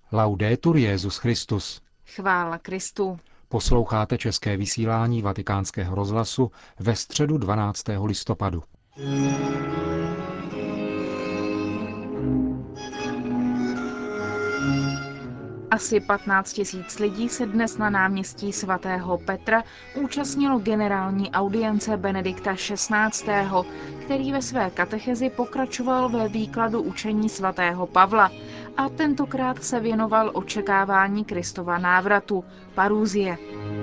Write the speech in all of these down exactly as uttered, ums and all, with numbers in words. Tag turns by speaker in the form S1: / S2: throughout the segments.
S1: Laudetur Jesus Christus.
S2: Chvála Kristu.
S1: Posloucháte české vysílání Vatikánského rozhlasu ve středu dvanáctého listopadu.
S2: Asi patnáct tisíc lidí se dnes na náměstí svatého Petra účastnilo generální audience Benedikta šestnáctého., který ve své katechezi pokračoval ve výkladu učení svatého Pavla a tentokrát se věnoval očekávání Kristova návratu, parousie.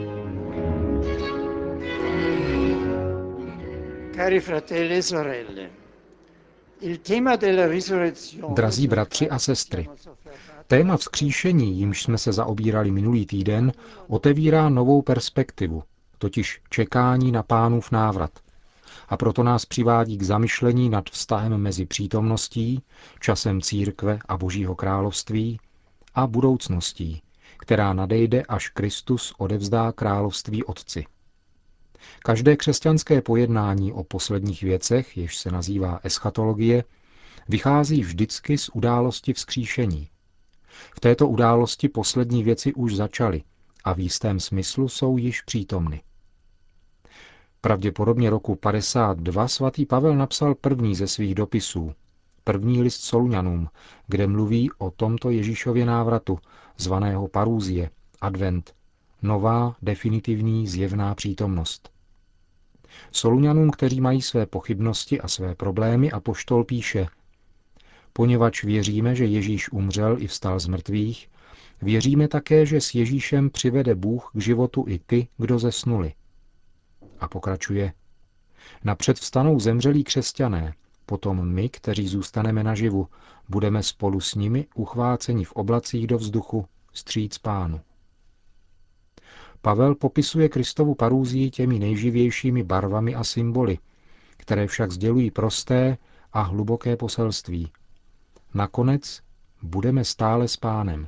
S3: Cari fratelli e sorelle, il tema della risurrezione.
S1: Drazí bratři a sestry, téma vzkříšení, jimž jsme se zaobírali minulý týden, otevírá novou perspektivu, totiž čekání na Pánův návrat. A proto nás přivádí k zamyšlení nad vztahem mezi přítomností, časem církve a Božího království a budoucností, která nadejde, až Kristus odevzdá království Otci. Každé křesťanské pojednání o posledních věcech, jež se nazývá eschatologie, vychází vždycky z události vzkříšení. V této události poslední věci už začaly a v jistém smyslu jsou již přítomny. Pravděpodobně roku padesát dva svatý Pavel napsal první ze svých dopisů, první list Soluňanům, kde mluví o tomto Ježíšově návratu, zvaného parousie, advent, nová, definitivní, zjevná přítomnost. Soluňanům, kteří mají své pochybnosti a své problémy, apoštol píše: Poněvadž věříme, že Ježíš umřel i vstal z mrtvých, věříme také, že s Ježíšem přivede Bůh k životu i ty, kdo zesnuli. A pokračuje: Napřed vstanou zemřelí křesťané, potom my, kteří zůstaneme naživu, budeme spolu s nimi uchváceni v oblacích do vzduchu, vstříc Pánu. Pavel popisuje Kristovu parouzii těmi nejživějšími barvami a symboly, které však sdělují prosté a hluboké poselství. Nakonec budeme stále s Pánem.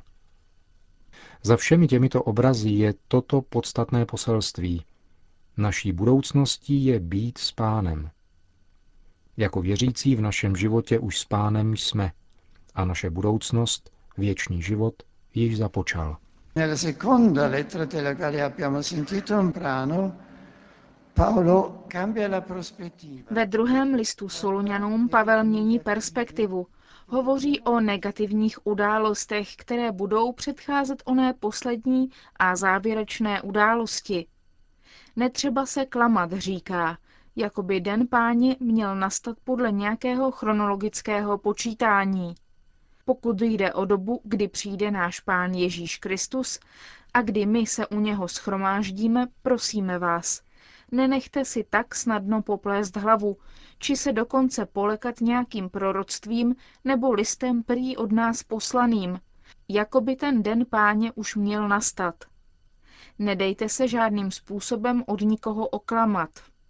S1: Za všemi těmito obrazy je toto podstatné poselství. Naší budoucností je být s Pánem. Jako věřící v našem životě už s Pánem jsme a naše budoucnost, věčný život, již započal.
S3: Nella seconda lettera della quale abbiamo sentito un brano, Paolo cambia la prospettiva.
S2: Ve druhém listu Soluňanům Pavel mění perspektivu. Hovoří o negativních událostech, které budou předcházet oné poslední a závěrečné události. Netřeba se klamat, říká, jako by den Páně měl nastat podle nějakého chronologického počítání. Pokud jde o dobu, kdy přijde náš Pán Ježíš Kristus a kdy my se u něho shromáždíme, prosíme vás, nenechte si tak snadno poplést hlavu, či se dokonce polekat nějakým proroctvím nebo listem prý od nás poslaným, jako by ten den Páně už měl nastat. Nedejte se žádným způsobem od nikoho oklamat.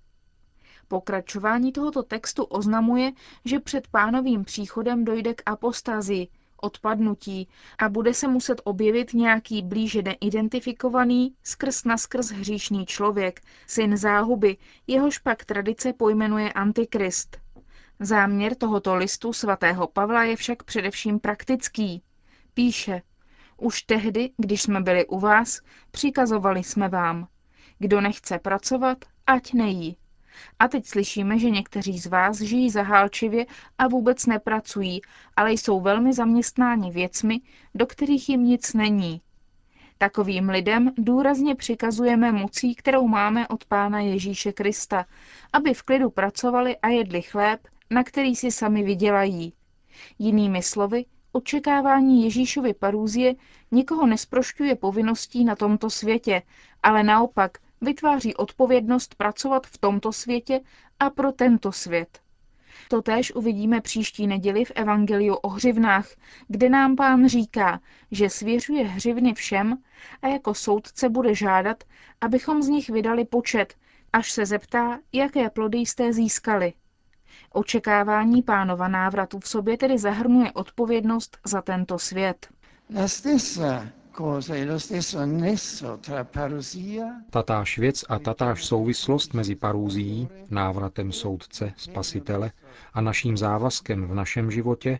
S2: Pokračování tohoto textu oznamuje, že před Pánovým příchodem dojde k apostazii, odpadnutí a bude se muset objevit nějaký blíže neidentifikovaný, skrz naskrz hříšný člověk, syn záhuby, jehož pak tradice pojmenuje Antikrist. Záměr tohoto listu svatého Pavla je však především praktický. Píše: Už tehdy, když jsme byli u vás, přikazovali jsme vám. Kdo nechce pracovat, ať nejí. A teď slyšíme, že někteří z vás žijí zahálčivě a vůbec nepracují, ale jsou velmi zaměstnáni věcmi, do kterých jim nic není. Takovým lidem důrazně přikazujeme mocí, kterou máme od Pána Ježíše Krista, aby v klidu pracovali a jedli chléb, na který si sami vydělají. Jinými slovy, očekávání Ježíšovy parousie nikoho nesprošťuje povinností na tomto světě, ale naopak vytváří odpovědnost pracovat v tomto světě a pro tento svět. Totéž uvidíme příští neděli v Evangeliu o hřivnách, kde nám Pán říká, že svěřuje hřivny všem a jako soudce bude žádat, abychom z nich vydali počet, až se zeptá, jaké plody jste získali. Očekávání Pánova návratu v sobě tedy zahrnuje odpovědnost za tento svět.
S3: La stessa cosa e lo stesso nesso tra parousia.
S1: Tatáž věc a tatáž souvislost mezi parouzií, návratem soudce, spasitele a naším závazkem v našem životě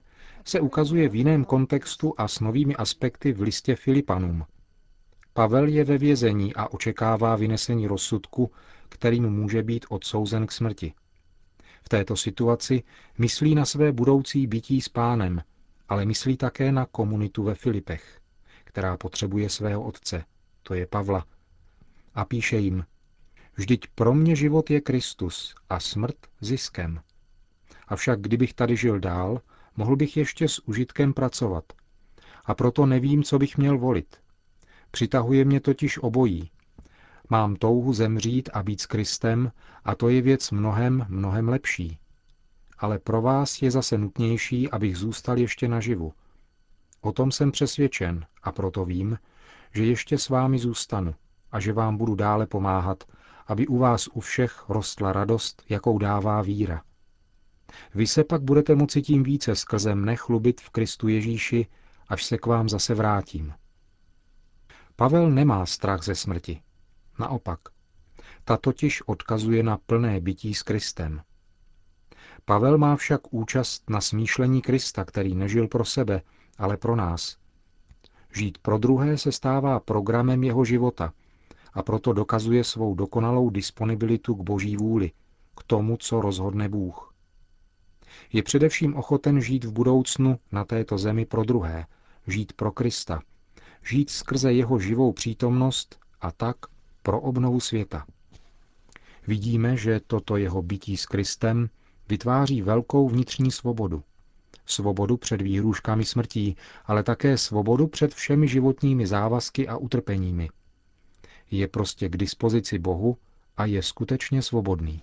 S1: se ukazuje v jiném kontextu a s novými aspekty v listě Filipanům. Pavel je ve vězení a očekává vynesení rozsudku, kterým může být odsouzen k smrti. V této situaci myslí na své budoucí bytí s Pánem, ale myslí také na komunitu ve Filipech, která potřebuje svého otce, to je Pavla. A píše jim: Vždyť pro mě život je Kristus a smrt ziskem. Avšak kdybych tady žil dál, mohl bych ještě s užitkem pracovat. A proto nevím, co bych měl volit. Přitahuje mě totiž obojí. Mám touhu zemřít a být s Kristem a to je věc mnohem, mnohem lepší. Ale pro vás je zase nutnější, abych zůstal ještě naživu. O tom jsem přesvědčen a proto vím, že ještě s vámi zůstanu a že vám budu dále pomáhat, aby u vás u všech rostla radost, jakou dává víra. Vy se pak budete moci tím více skrze mne chlubit v Kristu Ježíši, až se k vám zase vrátím. Pavel nemá strach ze smrti. Naopak. Ta totiž odkazuje na plné bytí s Kristem. Pavel má však účast na smýšlení Krista, který nežil pro sebe, ale pro nás. Žít pro druhé se stává programem jeho života a proto dokazuje svou dokonalou disponibilitu k Boží vůli, k tomu, co rozhodne Bůh. Je především ochoten žít v budoucnu na této zemi pro druhé, žít pro Krista, žít skrze jeho živou přítomnost a tak pro obnovu světa. Vidíme, že toto jeho bytí s Kristem vytváří velkou vnitřní svobodu. Svobodu před výhrůžkami smrtí, ale také svobodu před všemi životními závazky a utrpeními. Je prostě k dispozici Bohu a je skutečně svobodný.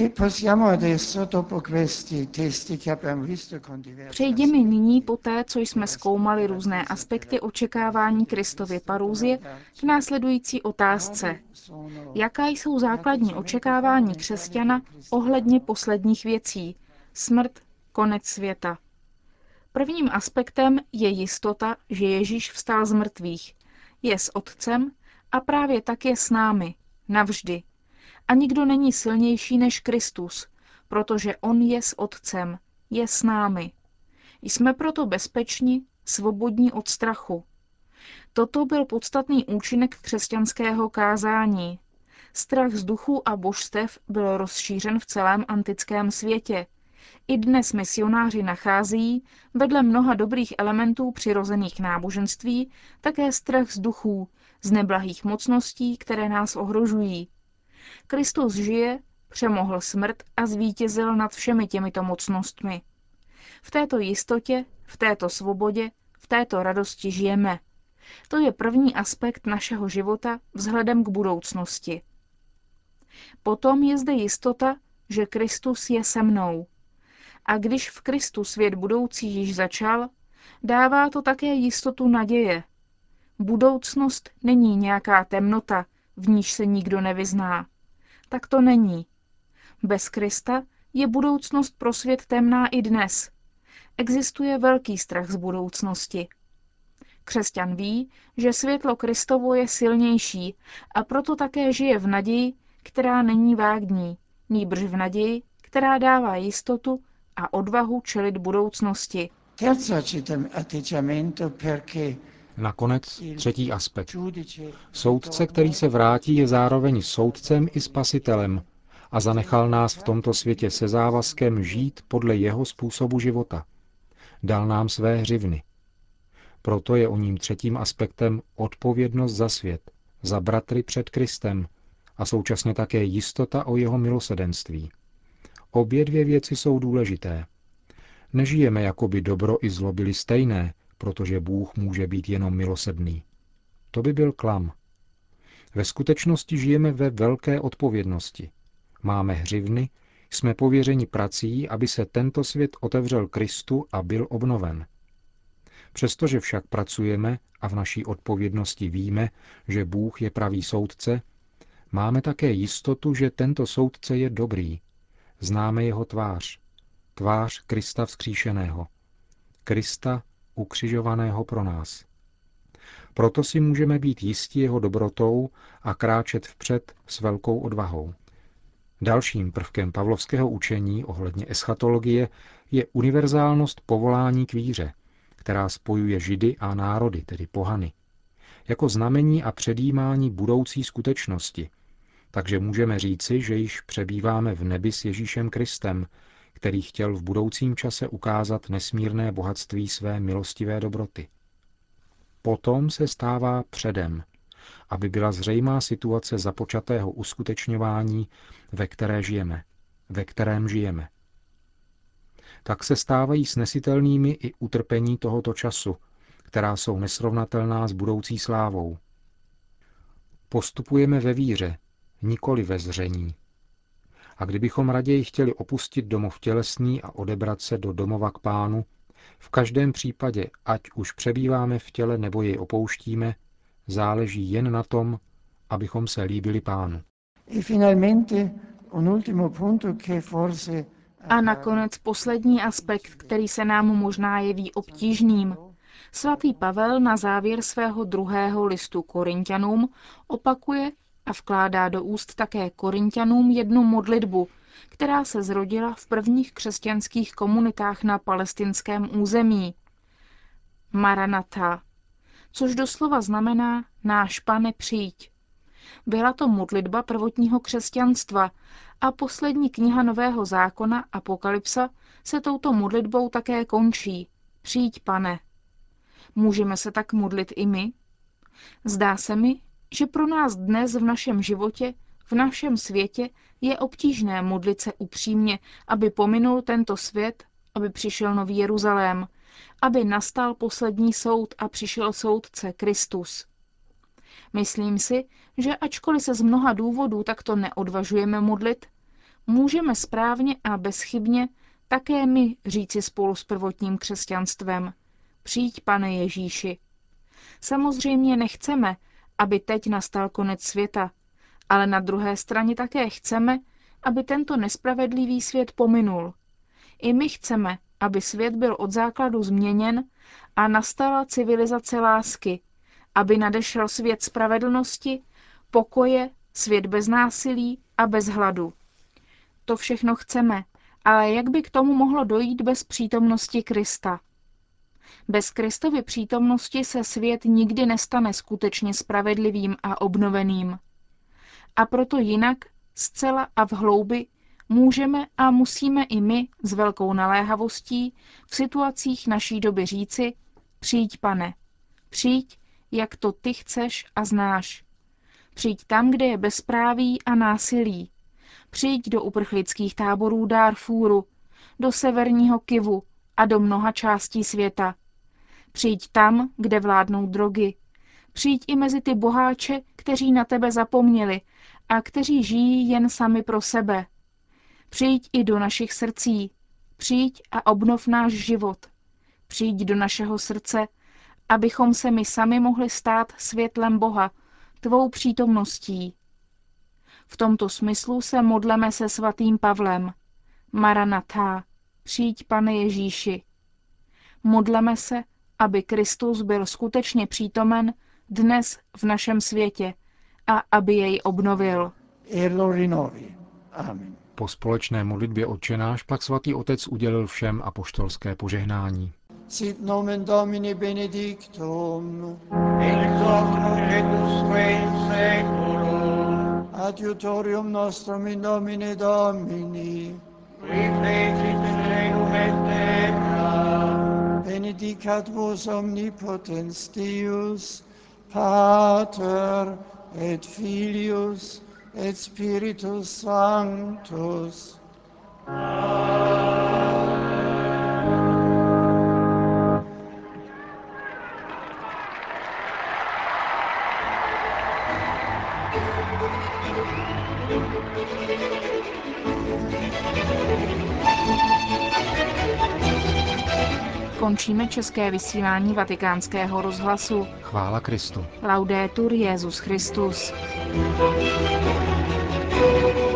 S2: Přejděme nyní po té, co jsme zkoumali různé aspekty očekávání Kristovy parouzie, k následující otázce. Jaká jsou základní očekávání křesťana ohledně posledních věcí? Smrt, konec světa. Prvním aspektem je jistota, že Ježíš vstal z mrtvých. Je s Otcem a právě tak je s námi. Navždy. A nikdo není silnější než Kristus, protože on je s Otcem, je s námi. Jsme proto bezpeční, svobodní od strachu. Toto byl podstatný účinek křesťanského kázání. Strach z duchů a božstev byl rozšířen v celém antickém světě. I dnes misionáři nacházejí, vedle mnoha dobrých elementů přirozených náboženství, také strach z duchů, z neblahých mocností, které nás ohrožují. Kristus žije, přemohl smrt a zvítězil nad všemi těmito mocnostmi. V této jistotě, v této svobodě, v této radosti žijeme. To je první aspekt našeho života vzhledem k budoucnosti. Potom je zde jistota, že Kristus je se mnou. A když v Kristu svět budoucí již začal, dává to také jistotu naděje. Budoucnost není nějaká temnota, v níž se nikdo nevyzná. Tak to není. Bez Krista je budoucnost pro svět temná i dnes. Existuje velký strach z budoucnosti. Křesťan ví, že světlo Kristovo je silnější a proto také žije v naději, která není vágní, nýbrž v naději, která dává jistotu a odvahu čelit budoucnosti.
S1: Nakonec třetí aspekt. Soudce, který se vrátí, je zároveň soudcem i spasitelem a zanechal nás v tomto světě se závazkem žít podle jeho způsobu života. Dal nám své hřivny. Proto je o ním třetím aspektem odpovědnost za svět, za bratry před Kristem a současně také jistota o jeho milosedenství. Obě dvě věci jsou důležité. Nežijeme, jako by dobro i zlo byly stejné, protože Bůh může být jenom milosrdný. To by byl klam. Ve skutečnosti žijeme ve velké odpovědnosti. Máme hřivny, jsme pověřeni prací, aby se tento svět otevřel Kristu a byl obnoven. Přestože však pracujeme a v naší odpovědnosti víme, že Bůh je pravý soudce, máme také jistotu, že tento soudce je dobrý. Známe jeho tvář. Tvář Krista vzkříšeného. Krista ukřižovaného pro nás. Proto si můžeme být jistí jeho dobrotou a kráčet vpřed s velkou odvahou. Dalším prvkem pavlovského učení ohledně eschatologie je univerzálnost povolání k víře. která spojuje Židy a národy, tedy pohany, jako znamení a předjímání budoucí skutečnosti. Takže můžeme říci, že již přebýváme v nebi s Ježíšem Kristem, který chtěl v budoucím čase ukázat nesmírné bohatství své milostivé dobroty. Potom se stává předem, aby byla zřejmá situace započatého uskutečňování, ve které žijeme, ve kterém žijeme. Tak se stávají snesitelnými i utrpení tohoto času, která jsou nesrovnatelná s budoucí slávou. Postupujeme ve víře, nikoli ve zření. A kdybychom raději chtěli opustit domov tělesný a odebrat se do domova k Pánu, v každém případě, ať už přebýváme v těle nebo jej opouštíme, záleží jen na tom, abychom se líbili Pánu.
S2: A nakonec poslední aspekt, který se nám možná jeví obtížným. Svatý Pavel na závěr svého druhého listu Korinťanům opakuje a vkládá do úst také Korinťanům jednu modlitbu, která se zrodila v prvních křesťanských komunitách na palestinském území. Maranatha, což doslova znamená náš Pane přijď. Byla to modlitba prvotního křesťanstva a poslední kniha Nového zákona Apokalypsa se touto modlitbou také končí. Přijď, Pane. Můžeme se tak modlit i my? Zdá se mi, že pro nás dnes v našem životě, v našem světě je obtížné modlit se upřímně, aby pominul tento svět, aby přišel nový Jeruzalém, aby nastal poslední soud a přišel soudce Kristus. Myslím si, že ačkoliv se z mnoha důvodů takto neodvažujeme modlit, můžeme správně a bezchybně také my říci spolu s prvotním křesťanstvem: Přijď, Pane Ježíši. Samozřejmě nechceme, aby teď nastal konec světa, ale na druhé straně také chceme, aby tento nespravedlivý svět pominul. I my chceme, aby svět byl od základu změněn a nastala civilizace lásky, aby nadešel svět spravedlnosti, pokoje, svět bez násilí a bez hladu. To všechno chceme, ale jak by k tomu mohlo dojít bez přítomnosti Krista? Bez Kristovy přítomnosti se svět nikdy nestane skutečně spravedlivým a obnoveným. A proto jinak, zcela a v hloubi, můžeme a musíme i my s velkou naléhavostí v situacích naší doby říci: Přijď, Pane, přijď, jak to ty chceš a znáš. Přijď tam, kde je bezpráví a násilí. Přijď do uprchlických táborů Darfúru, do severního Kivu a do mnoha částí světa. Přijď tam, kde vládnou drogy. Přijď i mezi ty boháče, kteří na tebe zapomněli a kteří žijí jen sami pro sebe. Přijď i do našich srdcí. Přijď a obnov náš život. Přijď do našeho srdce, abychom se my sami mohli stát světlem Boha, tvou přítomností. V tomto smyslu se modleme se svatým Pavlem. Maranatha, přijď, Pane Ježíši. Modleme se, aby Kristus byl skutečně přítomen dnes v našem světě a aby jej obnovil.
S3: Amen.
S1: Po společné modlitbě Otčenáš pak svatý otec udělil všem apoštolské požehnání.
S3: Sit nomen Domini benedictum,
S4: ex hoc nunc et usque in saeculum,
S3: adiutorium nostrum in nomine Domini,
S4: qui fecit caelum et terra,
S3: benedicat vos omnipotens Deus, Pater et Filius et Spiritus Sanctus.
S2: Končíme české vysílání Vatikánského rozhlasu.
S1: Chvála Kristu.
S2: Laudetur Jesus Christus.